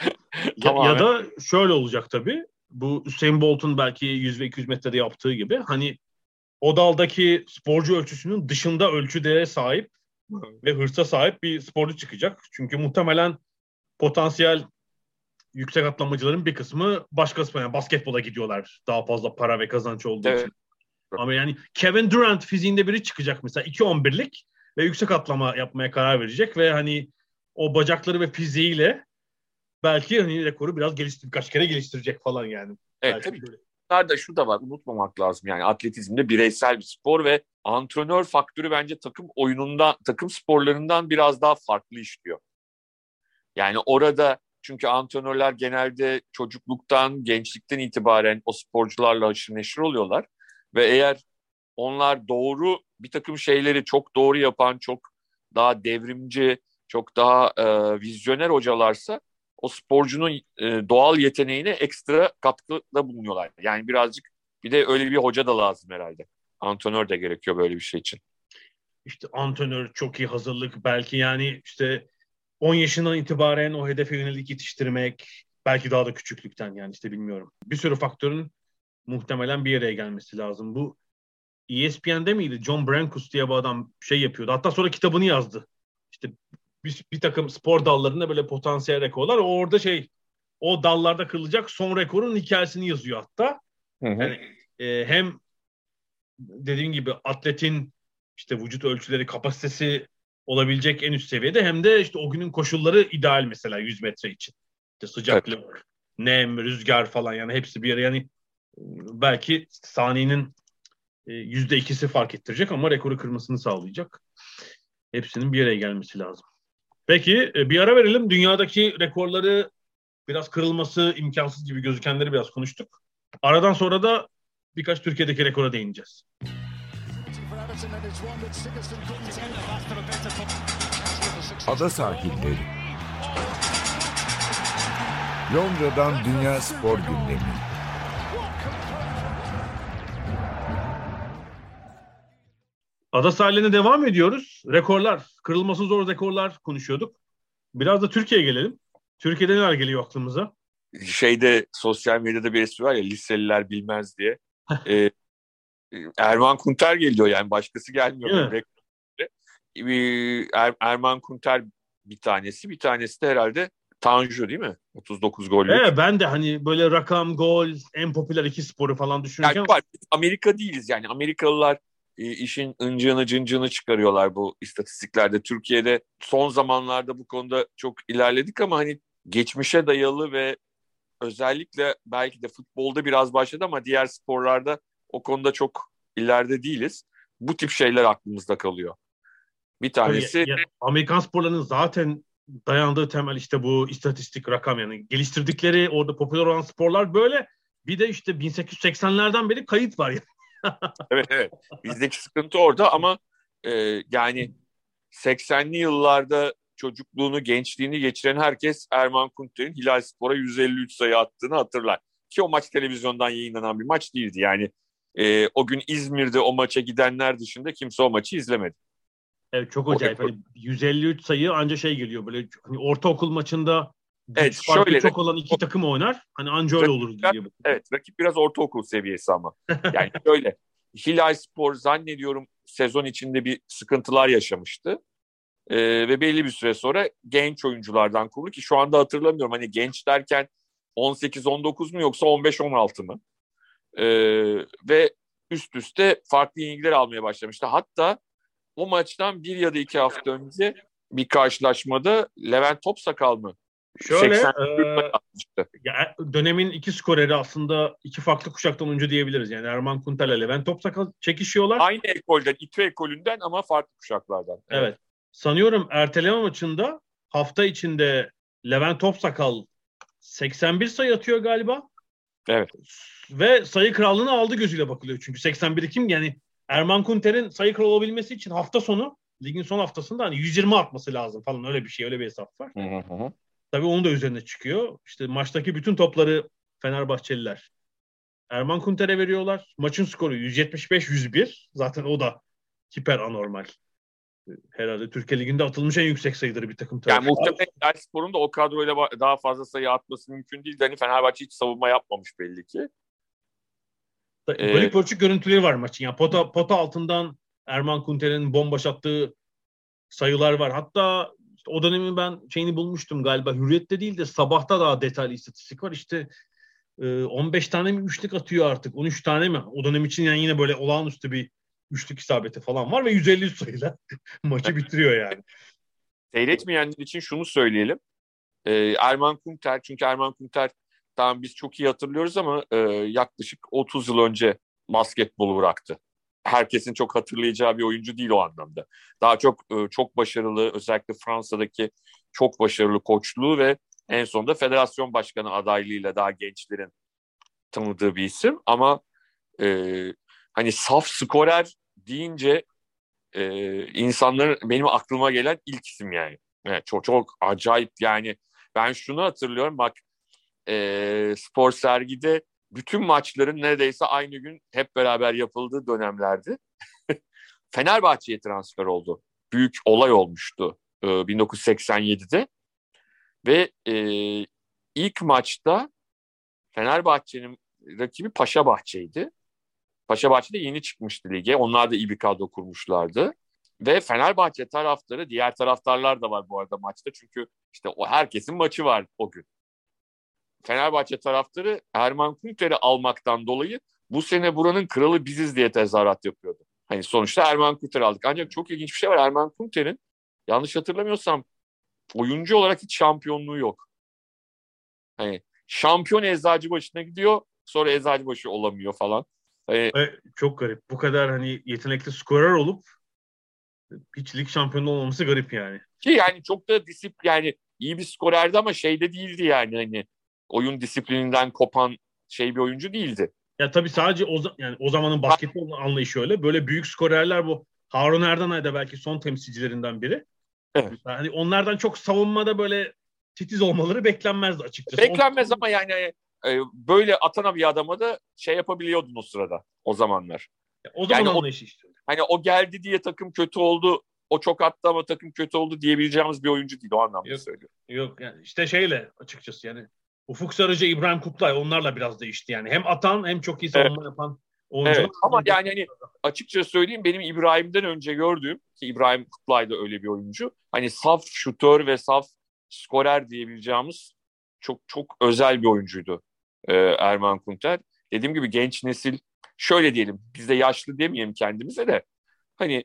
Ya da şöyle olacak tabii. Bu Usain Bolt'un belki 100 ve 200 metrede yaptığı gibi, hani o daldaki sporcu ölçüsünün dışında ölçüde sahip ve hırsa sahip bir sporcu çıkacak. Çünkü muhtemelen potansiyel yüksek atlamacıların bir kısmı başka spor, yani basketbola gidiyorlar. Daha fazla para ve kazanç olduğu için. Ama yani Kevin Durant fiziğinde biri çıkacak mesela 2.11'lik ve yüksek atlama yapmaya karar verecek ve hani o bacakları ve fiziğiyle belki hani rekoru biraz birkaç kere geliştirecek falan yani. Evet, tabii. Şu da var, unutmamak lazım. Yani atletizmde bireysel bir spor ve antrenör faktörü bence takım sporlarından biraz daha farklı işliyor. Yani orada çünkü antrenörler genelde çocukluktan, gençlikten itibaren o sporcularla haşır neşir oluyorlar. Ve eğer onlar bir takım şeyleri çok doğru yapan, çok daha devrimci, çok daha vizyoner hocalarsa o sporcunun doğal yeteneğine ekstra katkıda bulunuyorlar. Yani birazcık bir de öyle bir hoca da lazım herhalde. Antrenör de gerekiyor böyle bir şey için. İşte antrenör, çok iyi hazırlık, belki yani işte 10 yaşından itibaren o hedefe yönelik yetiştirmek, belki daha da küçüklükten, yani işte bilmiyorum. Bir sürü faktörün muhtemelen bir araya gelmesi lazım. Bu ESPN'de miydi? John Brankus diye bir adam şey yapıyordu. Hatta sonra kitabını yazdı. İşte bir takım spor dallarında böyle potansiyel rekorlar. Orada o dallarda kırılacak son rekorun hikayesini yazıyor hatta. Hı hı. Yani hem dediğim gibi atletin işte vücut ölçüleri, kapasitesi olabilecek en üst seviyede, hem de işte o günün koşulları ideal, mesela 100 metre için. İşte sıcaklık, evet, nem, rüzgar falan, yani hepsi bir yere, yani belki saniyenin %2'si fark ettirecek ama rekoru kırmasını sağlayacak. Hepsinin bir araya gelmesi lazım. Peki bir ara verelim. Dünyadaki rekorları biraz kırılması imkansız gibi gözükenleri biraz konuştuk. Aradan sonra da birkaç Türkiye'deki rekora değineceğiz. Ada sahilleri. Londra'dan Dünya Spor Gündemi. Ada sahiline devam ediyoruz. Rekorlar, kırılması zor rekorlar konuşuyorduk. Biraz da Türkiye'ye gelelim. Türkiye'de neler geliyor aklımıza? Sosyal medyada bir espri var ya, liseliler bilmez diye. Erman Kunter geliyor, yani başkası gelmiyor. Erman Kunter bir tanesi de herhalde Tanju, değil mi? 39 gollük. Ben de hani böyle rakam, gol, en popüler iki sporu falan düşünürken. Yani Amerika değiliz yani. Amerikalılar işin ıncığını cıncığını çıkarıyorlar bu istatistiklerde. Türkiye'de son zamanlarda bu konuda çok ilerledik ama hani geçmişe dayalı ve özellikle belki de futbolda biraz başladı ama diğer sporlarda o konuda çok ileride değiliz. Bu tip şeyler aklımızda kalıyor. Bir tanesi... Amerikan sporlarının zaten dayandığı temel işte bu istatistik, rakam, yani geliştirdikleri orada popüler olan sporlar böyle. Bir de işte 1880'lerden beri kayıt var ya. Evet. Bizdeki sıkıntı orada ama yani 80'li yıllarda çocukluğunu, gençliğini geçiren herkes Erman Kunter'in Hilal Spor'a 153 sayı attığını hatırlar. Ki o maç televizyondan yayınlanan bir maç değildi. Yani o gün İzmir'de o maça gidenler dışında kimse o maçı izlemedi. Evet, çok acayip. Hani 153 sayı anca geliyor böyle, hani ortaokul maçında evet, farkı çok olan iki takım oynar. Hani anca öyle olur diye. Evet, rakip biraz ortaokul seviyesi ama. Yani şöyle, Hilal Spor zannediyorum sezon içinde bir sıkıntılar yaşamıştı. Ve belli bir süre sonra genç oyunculardan kurulu, ki şu anda hatırlamıyorum hani genç derken 18-19 mu yoksa 15-16 mı? Ve üst üste farklı yenilgiler almaya başlamıştı. Hatta o maçtan 1 ya da 2 hafta önce bir karşılaşmada Levent Topsakal mı? Şöyle dönemin iki skoreri aslında iki farklı kuşaktan önce diyebiliriz. Yani Erman Kunter ile Levent Topsakal çekişiyorlar. Aynı ekolden, İTÜ ekolünden ama farklı kuşaklardan. Evet. Sanıyorum erteleme maçında hafta içinde Levent Topsakal 81 sayı atıyor galiba. Evet. Ve sayı krallığını aldı gözüyle bakılıyor. Çünkü 81'i kim? Yani Erman Kunter'in sayı kralı olabilmesi için hafta sonu, ligin son haftasında hani 120 atması lazım falan, öyle bir şey, öyle bir hesap var. Hı hı. Tabii onun da üzerine çıkıyor. İşte maçtaki bütün topları Fenerbahçeliler Erman Kunter'e veriyorlar. Maçın skoru 175-101. Zaten o da hiper anormal. Herhalde Türkiye Ligi'nde atılmış en yüksek sayıdır bir takım Yani tarafı. muhtemelen Elfspor'un da o kadroyla daha fazla sayı atması mümkün değil. Hani Fenerbahçe hiç savunma yapmamış belli ki. Bölük pörçük görüntüleri var maçın. Yani pota altından Erman Kunter'in bomboş attığı sayılar var. Hatta işte o dönemin ben şeyini bulmuştum galiba. Hürriyet'te değil de Sabah'ta daha detaylı istatistik var. İşte 15 tane mi üçlük atıyor artık? 13 tane mi? O dönem için yani yine böyle olağanüstü bir üçlük isabeti falan var ve 150 sayıyla maçı bitiriyor yani. Seyretmeyenler için şunu söyleyelim. Erman Kunter, çünkü Erman Kunter tamam biz çok iyi hatırlıyoruz ama yaklaşık 30 yıl önce basketbolu bıraktı. Herkesin çok hatırlayacağı bir oyuncu değil o anlamda. Daha çok başarılı, özellikle Fransa'daki çok başarılı koçluğu ve en sonunda federasyon başkanı adaylığıyla daha gençlerin tanıdığı bir isim. Ama hani saf skorer deyince insanların benim aklıma gelen ilk isim yani. Evet, çok acayip yani. Ben şunu hatırlıyorum bak, Spor Sergi'de bütün maçların neredeyse aynı gün hep beraber yapıldığı dönemlerdi. Fenerbahçe'ye transfer oldu. Büyük olay olmuştu 1987'de ve ilk maçta Fenerbahçe'nin rakibi Paşabahçe'ydi. Paşabahçe de yeni çıkmıştı lige. Onlar da iyi bir kadro kurmuşlardı. Ve Fenerbahçe taraftarı, diğer taraftarlar da var bu arada maçta. Çünkü işte herkesin maçı var o gün. Fenerbahçe taraftarı Erman Kunter'i almaktan dolayı bu sene buranın kralı biziz diye tezahürat yapıyordu. Hani sonuçta Erman Kunter'i aldık. Ancak çok ilginç bir şey var. Erman Kunter'in yanlış hatırlamıyorsam oyuncu olarak hiç şampiyonluğu yok. Hani şampiyon Eczacıbaşı'na gidiyor, sonra Eczacıbaşı olamıyor falan. Hani, Çok garip. Bu kadar hani yetenekli skorer olup hiç lig şampiyonu olmaması garip yani. ki yani çok da yani iyi bir skorerdi ama şeyde değildi yani, hani oyun disiplininden kopan bir oyuncu değildi. Ya tabii sadece yani o zamanın basketbol anlayışı öyle. Böyle büyük skorerler, bu Harun Erdanay da belki son temsilcilerinden biri. Evet. Yani onlardan çok savunmada böyle titiz olmaları beklenmezdi açıkçası. Beklenmez ama yani böyle atan bir adama da yapabiliyordun o sırada, o zamanlar. O zaman Yani anlayışı işte. hani o geldi diye takım kötü oldu, o çok attı ama takım kötü oldu diyebileceğimiz bir oyuncu değil, o anlamda söylüyorum. Yok yani işte şeyle açıkçası yani Ufuk Sarıcı, İbrahim Kutlay, onlarla biraz değişti yani. Hem atan hem çok iyi savunma yapan oyuncular. Evet. Ama yani hani açıkça söyleyeyim, benim İbrahim'den önce gördüğüm, ki İbrahim Kutlay da öyle bir oyuncu, hani saf şutör ve saf skorer diyebileceğimiz çok çok özel bir oyuncuydu Erman Kunter. Dediğim gibi genç nesil, şöyle diyelim, biz de yaşlı demeyelim kendimize de, hani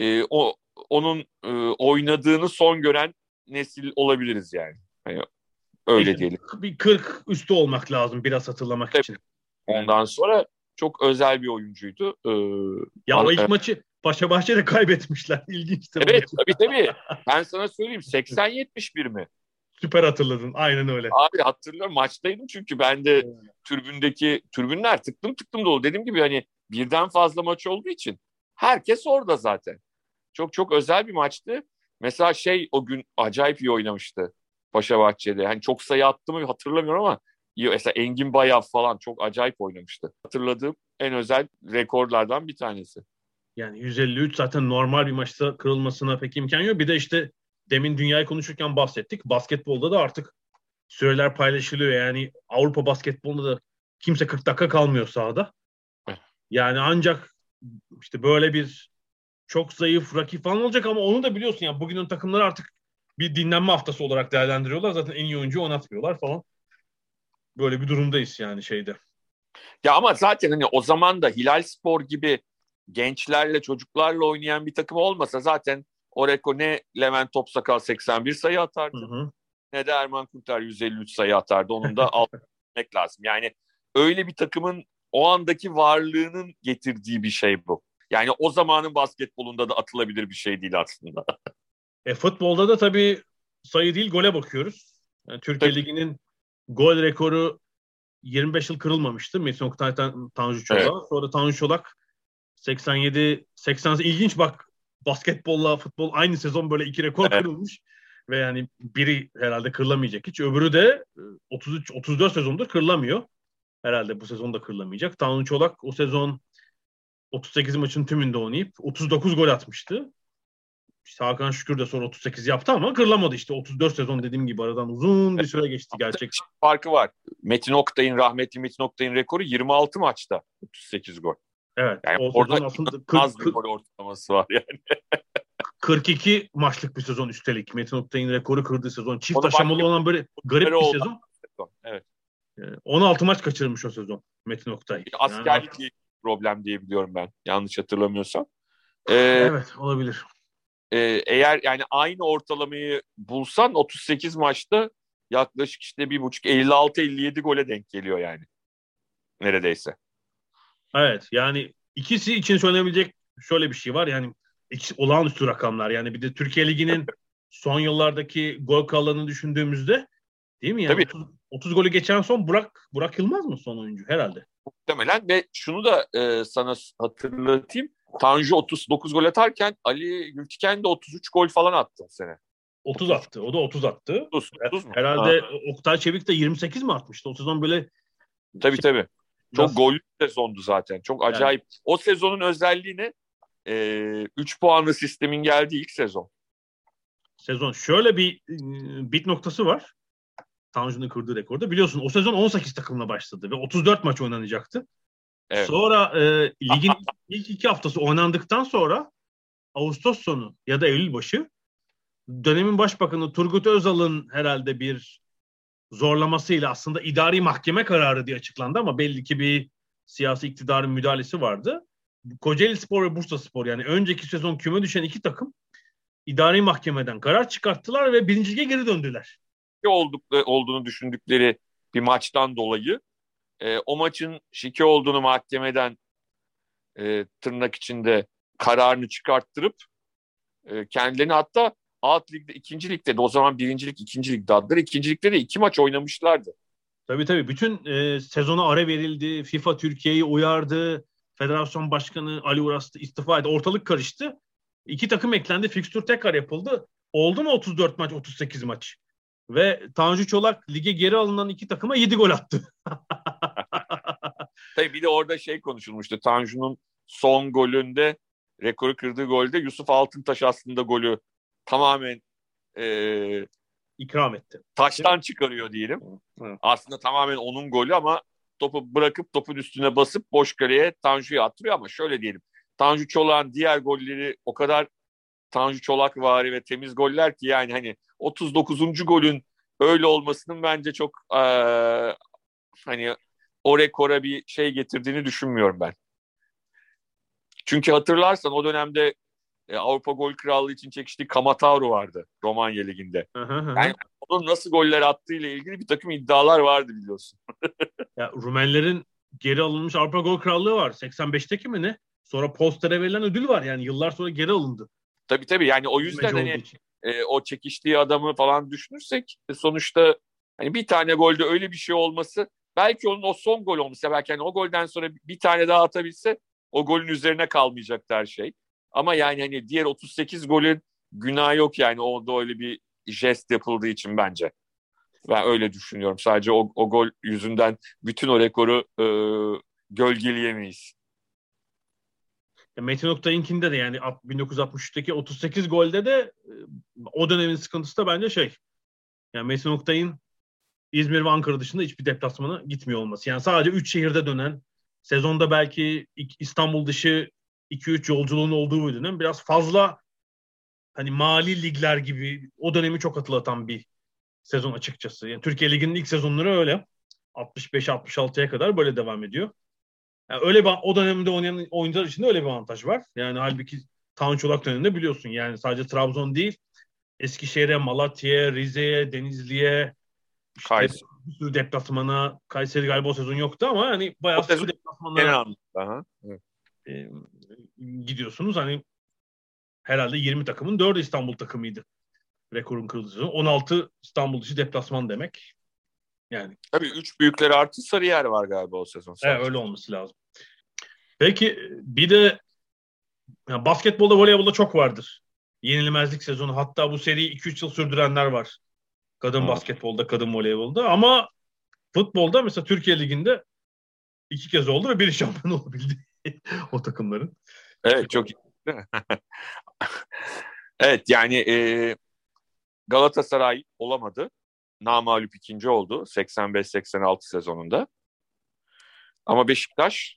onun oynadığını son gören nesil olabiliriz yani. Hani öyle İşte diyelim. bir 40 üstü olmak lazım biraz hatırlamak Tabii. için. Ondan sonra çok özel bir oyuncuydu. Ya o ilk maçı Paşabahçe'de kaybetmişler. İlginçtir o Evet, maçı. tabii. Ben sana söyleyeyim, 80-71 mi? Süper hatırladın. Aynen öyle. Abi hatırlıyorum, maçtaydım çünkü ben de tribünler tıklım tıklım dolu. Dediğim gibi hani birden fazla maç olduğu için herkes orada zaten. Çok çok özel bir maçtı. Mesela o gün acayip iyi oynamıştı Paşabahçe'de. Hani çok sayı attı mı hatırlamıyorum ama iyi. Mesela Engin Bayav falan çok acayip oynamıştı. Hatırladığım en özel rekorlardan bir tanesi. Yani 153 zaten normal bir maçta kırılmasına pek imkan yok. Bir de işte demin dünyayı konuşurken bahsettik. Basketbolda da artık süreler paylaşılıyor. Yani Avrupa basketbolunda da kimse 40 dakika kalmıyor sahada. Yani ancak işte böyle bir çok zayıf rakip falan olacak ama onu da biliyorsun yani bugünün takımları artık bir dinlenme haftası olarak değerlendiriyorlar. Zaten en iyi oyuncuyu oynatmıyorlar falan. Böyle bir durumdayız yani şeyde. Ya ama zaten hani o zaman da Hilal Spor gibi gençlerle, çocuklarla oynayan bir takım olmasa zaten Oreko ne Levent Topsakal 81 sayı atardı, Hı hı. ne de Erman Kunter 153 sayı atardı. Onun da altına etmek lazım. Yani öyle bir takımın o andaki varlığının getirdiği bir şey bu. Yani o zamanın basketbolunda da atılabilir bir şey değil aslında. Futbolda da tabii sayı değil gole bakıyoruz. Yani Türkiye Tabii. Ligi'nin gol rekoru 25 yıl kırılmamıştı Metin Oktay'dan Tanju Çolak'a. Evet. Sonra Tanju Çolak 87 80 ilginç bak, basketbolla futbol aynı sezon böyle 2 rekor kırılmış ve yani biri herhalde kırılamayacak hiç, öbürü de 33 34 sezondur kırılamıyor. Herhalde bu sezon da kırılamayacak. Tanju Çolak o sezon 38 maçın tümünde oynayıp 39 gol atmıştı. İşte Hakan Şükür de sonra 38 yaptı ama kırılamadı işte. 34 sezon dediğim gibi aradan uzun bir süre geçti gerçekten. Farkı var. Rahmetli Metin Oktay'ın rekoru 26 maçta 38 gol. Evet. Yani o orada sezon aslında az bir gol ortalaması var yani. 42 maçlık bir sezon üstelik. Metin Oktay'ın rekoru kırdığı sezon. Çift aşamalı olan böyle garip bir sezon. Evet. 16 maç kaçırmış o sezon Metin Oktay. Askerlik yani, problem diye biliyorum ben. Yanlış hatırlamıyorsam. Evet, olabilir. Eğer yani aynı ortalamayı bulsan 38 maçta yaklaşık işte 56-57 gole denk geliyor yani. Neredeyse. Evet, yani ikisi için söylenebilecek şöyle bir şey var. Yani ikisi olağanüstü rakamlar. Yani bir de Türkiye Ligi'nin son yıllardaki gol krallığını düşündüğümüzde, değil mi? Yani 30 golü geçen son Burak Yılmaz mı son oyuncu? Herhalde. Muhtemelen ve şunu da sana hatırlatayım. Tanju 39 gol atarken Ali Gültiken de 33 gol falan attı sene. 30 attı. O da 30 attı. 30 mu? Herhalde Oktay Çevik de 28 mi atmıştı? O sezon böyle. Tabii. Çok gollü sezondu zaten. Çok acayip. Yani. O sezonun özelliği ne? 3 puanlı sistemin geldiği ilk sezon. Sezon. Şöyle bir bit noktası var. Tanju'nun kırdığı rekorda. Biliyorsun o sezon 18 takımla başladı ve 34 maç oynanacaktı. Evet. Sonra ligin ilk 2 haftası oynandıktan sonra Ağustos sonu ya da Eylül başı dönemin başbakanı Turgut Özal'ın herhalde bir zorlamasıyla, aslında idari mahkeme kararı diye açıklandı ama belli ki bir siyasi iktidarın müdahalesi vardı. Kocaelispor ve Bursaspor, yani önceki sezon küme düşen 2 takım idari mahkemeden karar çıkarttılar ve 1. lige geri döndüler. Olduğunu düşündükleri bir maçtan dolayı o maçın şike olduğunu mahkemeden tırnak içinde kararını çıkarttırıp kendilerini hatta alt ligde, 2. ligde de o zaman 1. lig 2. ligde adları 2. ligde de 2 maç oynamışlardı. Tabii. Bütün sezona ara verildi. FIFA Türkiye'yi uyardı. Federasyon Başkanı Ali Uras istifa etti. Ortalık karıştı. 2 takım eklendi. Fikstür tekrar yapıldı. Oldu mu 34 maç, 38 maç? Ve Tanju Çolak lige geri alınan 2 takıma 7 gol attı. Tabii bir de orada konuşulmuştu. Tanju'nun son golünde, rekoru kırdığı golde Yusuf Altıntaş aslında golü tamamen ikram etti. Taştan çıkarıyor diyelim. Evet. Aslında tamamen onun golü ama topu bırakıp topun üstüne basıp boş kaleye Tanju'ya attırıyor ama şöyle diyelim. Tanju Çolak'ın diğer golleri o kadar Tanju Çolakvari ve temiz goller ki yani hani 39. golün öyle olmasının bence çok hani o rekora bir getirdiğini düşünmüyorum ben. Çünkü hatırlarsan o dönemde Avrupa Gol Krallığı için çekiştiği Kamataru vardı Romanya Ligi'nde. Yani onun nasıl goller attığıyla ilgili bir takım iddialar vardı biliyorsun. Ya Rumenlerin geri alınmış Avrupa Gol Krallığı var. 85'teki mi ne? Sonra Polster'e verilen ödül var. Yani yıllar sonra geri alındı. Tabii yani o yüzden hani o çekiştiği adamı falan düşünürsek sonuçta hani bir tane golde öyle bir şey olması, belki onun o son gol olması, belki hani o golden sonra bir tane daha atabilse o golün üzerine kalmayacaktı her şey. Ama yani hani diğer 38 golün günahı yok yani orada öyle bir jest yapıldığı için bence. Ben öyle düşünüyorum. Sadece o gol yüzünden bütün o rekoru gölgeleyemeyiz. Metin Oktay'ınkinde de yani 1963'teki 38 golde de o dönemin sıkıntısı da bence yani Metin Oktay'ın İzmir ve Ankara dışında hiçbir deplasmana gitmiyor olması. Yani sadece 3 şehirde dönen, sezonda belki İstanbul dışı 2-3 yolculuğun olduğu bir dönem. Biraz fazla hani mali ligler gibi o dönemi çok hatırlatan bir sezon açıkçası. Yani Türkiye Ligi'nin ilk sezonları öyle. 65-66'ya kadar böyle devam ediyor. Yani öyle o dönemde oynayan oyuncular için de öyle bir avantaj var. Yani halbuki Tanju Çolak döneminde biliyorsun yani sadece Trabzon değil, Eskişehir'e, Malatya'ya, Rize'ye, Denizli'ye, Kayseri. Bir sürü deplasmana, Kayseri galiba o sezon yoktu ama hani bayağı sıkı deplasmanlara gidiyorsunuz. Hani herhalde 20 takımın 4'ü İstanbul takımıydı. Rekorun kırıldığı sezon. 16 İstanbul dışı deplasman demek. Yani Tabii 3 büyükleri artı Sarıyer var galiba o sezon. evet, öyle olması lazım. Peki bir de yani basketbolda, voleybolda çok vardır. Yenilmezlik sezonu. Hatta bu seriyi 2-3 yıl sürdürenler var. Kadın Hı. basketbolda, kadın voleybolda. Ama futbolda mesela Türkiye Ligi'nde 2 kez oldu ve biri şampiyon olabildi o takımların. Evet, çok iyi. Evet, yani Galatasaray olamadı. Namağlup ikinci oldu 85-86 sezonunda. Ama Beşiktaş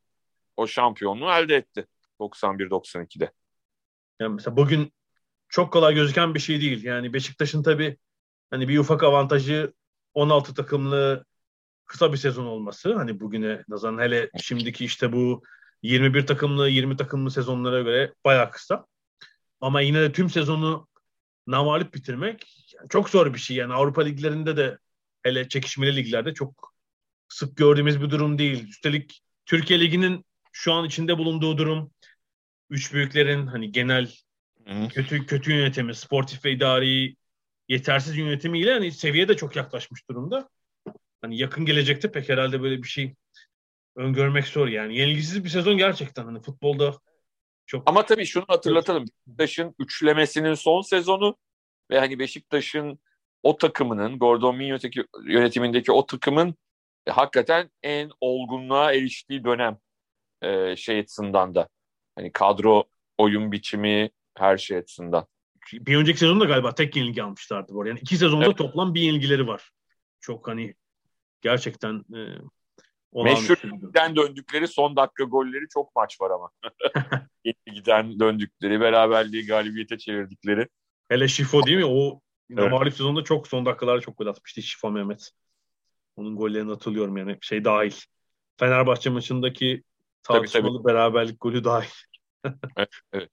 o şampiyonluğu elde etti 91-92'de. Yani mesela bugün çok kolay gözüken bir şey değil. Yani Beşiktaş'ın tabii hani bir ufak avantajı 16 takımlı kısa bir sezon olması. Hani bugüne nazaran, hele şimdiki işte bu 21 takımlı, 20 takımlı sezonlara göre bayağı kısa. Ama yine de tüm sezonu namağlup bitirmek yani çok zor bir şey. Yani Avrupa liglerinde de, hele çekişmeli liglerde çok sık gördüğümüz bir durum değil. Üstelik Türkiye Ligi'nin şu an içinde bulunduğu durum, üç büyüklerin hani genel Hı. kötü yönetimi, sportif ve idari yetersiz yönetimiyle hani seviye de çok yaklaşmış durumda. Hani yakın gelecekte pek herhalde böyle bir şey öngörmek zor yani. Yenilgisiz bir sezon gerçekten, hani futbolda çok. Ama tabii şunu hatırlatalım. Beşiktaş'ın üçlemesinin son sezonu ve hani Beşiktaş'ın o takımının, Gordon Mignot'taki yönetimindeki o takımın hakikaten en olgunluğa eriştiği dönem, şey açısından da. Hani kadro, oyun biçimi, her şey açısından. Bir önceki sezonda galiba tek yenilgi almışlardı bu arada. Yani 2 sezonda Evet. toplam bir yenilgileri var. Çok hani gerçekten Meşhur olağanüstü bir durum. giden döndükleri son dakika golleri çok maç var ama. Giden döndükleri, beraberliği galibiyete çevirdikleri. Hele Şifo değil mi? O Evet. namalip sezonda çok son dakikalarda çok gol atmıştı Şifo Mehmet. Onun gollerini hatırlıyorum yani, şey dahil. Fenerbahçe maçındaki Tabii. tartışmalı beraberlik golü dahil. Evet, evet.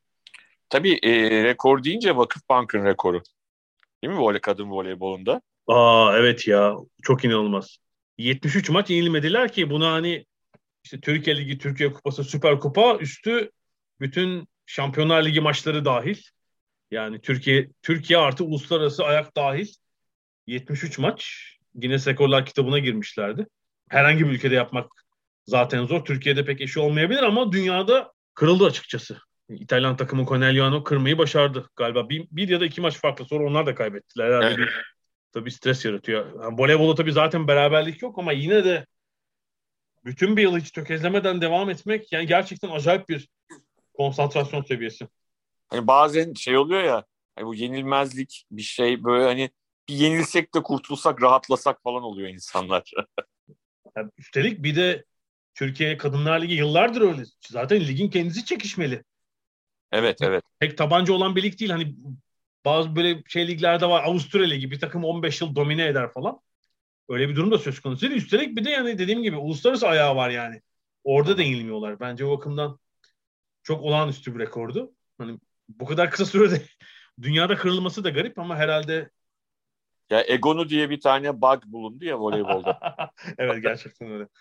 Tabii rekor deyince Vakıfbank'ın rekoru. Değil mi kadın voleybolunda? Aa evet ya, çok inanılmaz. 73 maç yenilmediler ki buna hani işte Türkiye Ligi, Türkiye Kupası, Süper Kupa üstü bütün Şampiyonlar Ligi maçları dahil. Yani Türkiye artı uluslararası ayak dahil 73 maç Guinness Rekorlar kitabına girmişlerdi. Herhangi bir ülkede yapmak zaten zor. Türkiye'de pek eşi olmayabilir ama dünyada kırıldı açıkçası. İtalyan takımı Conegliano kırmayı başardı galiba. Bir ya da 2 maç farklı. Sonra onlar da kaybettiler. Herhalde Evet. tabii stres yaratıyor. Yani voleybolda tabii zaten beraberlik yok ama yine de bütün bir yıl hiç tökezlemeden devam etmek yani gerçekten acayip bir konsantrasyon seviyesi. Hani bazen şey oluyor ya, hani bu yenilmezlik bir şey, böyle hani bir yenilsek de kurtulsak, rahatlasak falan oluyor insanlar. Yani üstelik bir de Türkiye Kadınlar Ligi yıllardır öyle. Zaten ligin kendisi çekişmeli. Yani Evet. tek tabanca olan bir lig değil. Hani bazı böyle şey liglerde var. Avusturya Ligi bir takım 15 yıl domine eder falan. Öyle bir durum da söz konusu değil. Üstelik bir de yani dediğim gibi uluslararası ayağı var yani. Orada da yenilmiyorlar. Bence o bakımdan çok olağanüstü bir rekordu. Hani bu kadar kısa sürede dünyada kırılması da garip ama herhalde Ya Egonu diye bir tane bug bulundu ya voleybolda. evet, gerçekten öyle.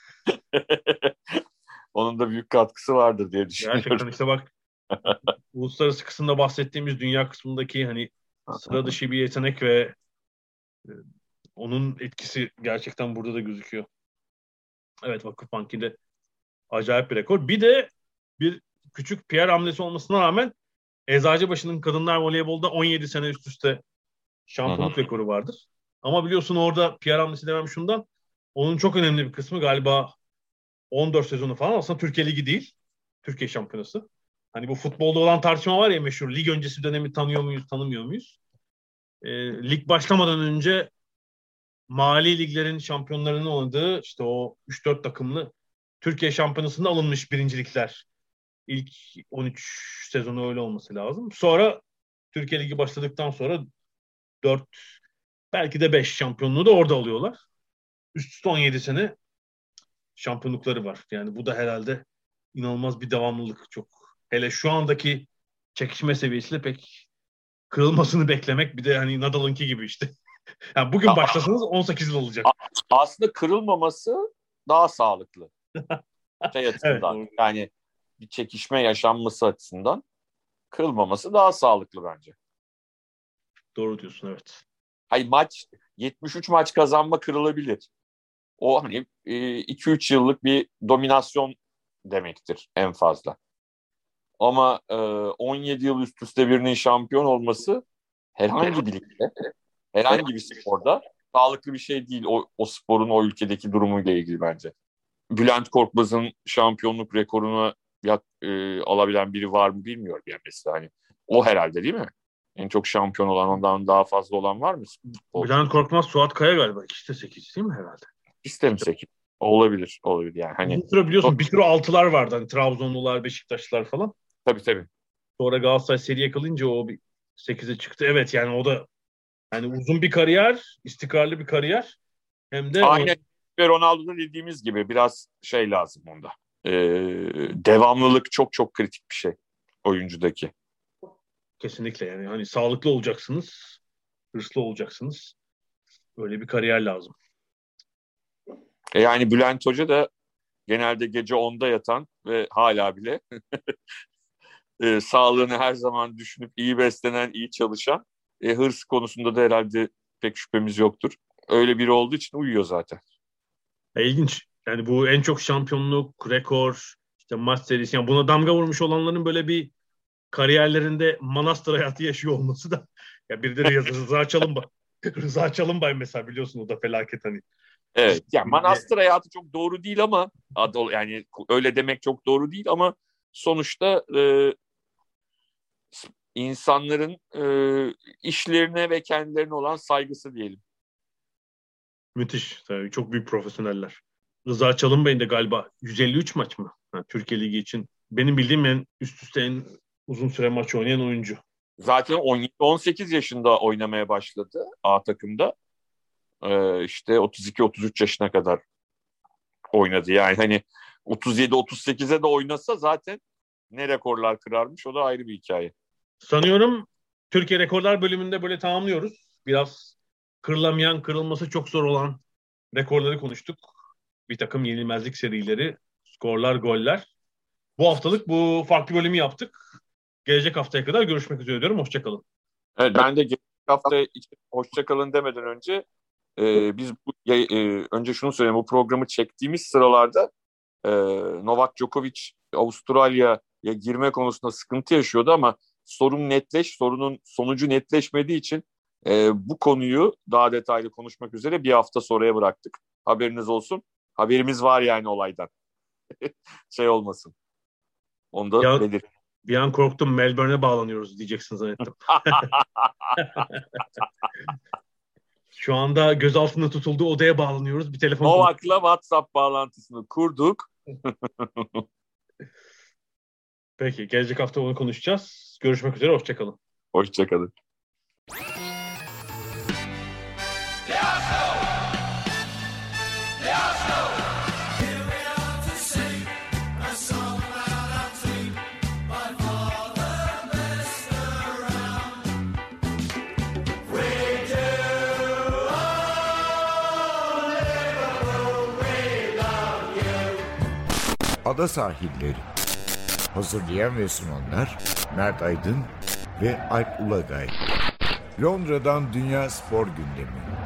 Onun da büyük katkısı vardır diye düşünüyorum. Gerçekten işte bak, uluslararası kısımda bahsettiğimiz dünya kısmındaki hani sıra dışı bir yetenek ve e, onun etkisi gerçekten burada da gözüküyor. Evet, Vakıfbank'ın acayip bir rekor. Bir de bir küçük PR hamlesi olmasına rağmen Eczacıbaşı'nın kadınlar voleybolda 17 sene üst üste Hı hı. şampiyonluk rekoru vardır. Ama biliyorsun orada PR hamlesi demem şundan. Onun çok önemli bir kısmı galiba 14 sezonu falan aslında Türkiye Ligi değil. Türkiye Şampiyonası. Hani bu futbolda olan tartışma var ya meşhur. Lig öncesi dönemi tanıyor muyuz, tanımıyor muyuz? Lig başlamadan önce mali liglerin şampiyonlarının oynadığı işte o 3-4 takımlı Türkiye Şampiyonası'nda alınmış birincilikler. İlk 13 sezonu öyle olması lazım. Sonra Türkiye Ligi başladıktan sonra 4, belki de 5 şampiyonluğu da orada alıyorlar. Üst üste 17 sene şampiyonlukları var. Yani bu da herhalde inanılmaz bir devamlılık çok. Hele şu andaki çekişme seviyesiyle pek kırılmasını beklemek, bir de hani Nadal'ınki gibi işte. Yani bugün başlasanız 18 yıl olacak. Aslında kırılmaması daha sağlıklı. Şey Evet, açısından. doğru. Yani bir çekişme yaşanması açısından kırılmaması daha sağlıklı bence. Doğru diyorsun, evet. Hayır, 73 maç kazanma kırılabilir. O hani 2-3 yıllık bir dominasyon demektir en fazla. Ama 17 yıl üst üste birinin şampiyon olması herhangi bir ligde, herhangi bir sporda sağlıklı bir şey değil. O sporun o ülkedeki durumuyla ilgili bence. Bülent Korkmaz'ın şampiyonluk rekorunu alabilen biri var mı bilmiyorum yani mesela. Hani, o herhalde değil mi? En çok şampiyon olan, ondan daha fazla olan var mı? Bülent Korkmaz, Suat Kaya galiba. İkisi de 8 değil mi herhalde? İkisi mi 8? Olabilir yani. Hani, bir sürü biliyorsun bir sürü altılar vardı. Hani Trabzonlular, Beşiktaşlılar falan. Tabii. Sonra Galatasaray seri yakalayınca o bir 8'e çıktı. Evet yani o da yani uzun bir kariyer, istikrarlı bir kariyer. Hem de aynen ve Ronaldo'da dediğimiz gibi biraz şey lazım onda. Devamlılık çok çok kritik bir şey oyuncudaki. kesinlikle yani hani sağlıklı olacaksınız, hırslı olacaksınız. Böyle bir kariyer lazım. Yani Bülent Hoca da genelde gece 10'da yatan ve hala bile sağlığını her zaman düşünüp iyi beslenen, iyi çalışan, hırs konusunda da herhalde pek şüphemiz yoktur. Öyle biri olduğu için uyuyor zaten. İlginç. Yani bu en çok şampiyonluk, rekor, işte maç serisi. Yani buna damga vurmuş olanların böyle bir kariyerlerinde manastır hayatı yaşıyor olması da. Ya bir de Rıza Çalınbay. Rıza Çalınbay mesela biliyorsun o da felaket hani. Evet. Yani manastır hayatı çok doğru değil ama yani öyle demek çok doğru değil ama sonuçta insanların işlerine ve kendilerine olan saygısı diyelim. Müthiş. Tabii çok büyük profesyoneller. Rıza Çalınbay'ın da galiba 153 maç mı? Yani Türkiye Ligi için. Benim bildiğim en üst üste en uzun süre maç oynayan oyuncu. Zaten 17-18 yaşında oynamaya başladı A takımda. İşte 32-33 yaşına kadar oynadı. Yani hani 37-38'e de oynasa zaten ne rekorlar kırarmış, o da ayrı bir hikaye. Sanıyorum Türkiye Rekorlar bölümünde böyle tamamlıyoruz. Biraz kırılamayan, kırılması çok zor olan rekorları konuştuk. Bir takım yenilmezlik serileri, skorlar, goller. Bu haftalık bu farklı bölümü yaptık. Gelecek haftaya kadar görüşmek üzere diyorum. Hoşçakalın. Evet, ben de gelecek hafta için hoşçakalın demeden önce biz önce şunu söyleyeyim. Bu programı çektiğimiz sıralarda Novak Djokovic Avustralya'ya girme konusunda sıkıntı yaşıyordu ama sorunun sonucu netleşmediği için bu konuyu daha detaylı konuşmak üzere bir hafta sonraya bıraktık. Haberiniz olsun. Haberimiz var yani olaydan. Şey olmasın. Onu da belir. Bir an korktum, Melbourne'e bağlanıyoruz diyeceksin zannettim. Şu anda gözaltında tutulduğu odaya bağlanıyoruz. Bir telefon. Novak'la WhatsApp bağlantısını kurduk. Peki, gelecek hafta onu konuşacağız. Görüşmek üzere, hoşçakalın. Hoşçakalın. Ada Sahilleri. Hazırlayan ve sunanlar Mert Aydın ve Alp Ulagay. Londra'dan Dünya Spor Gündemi.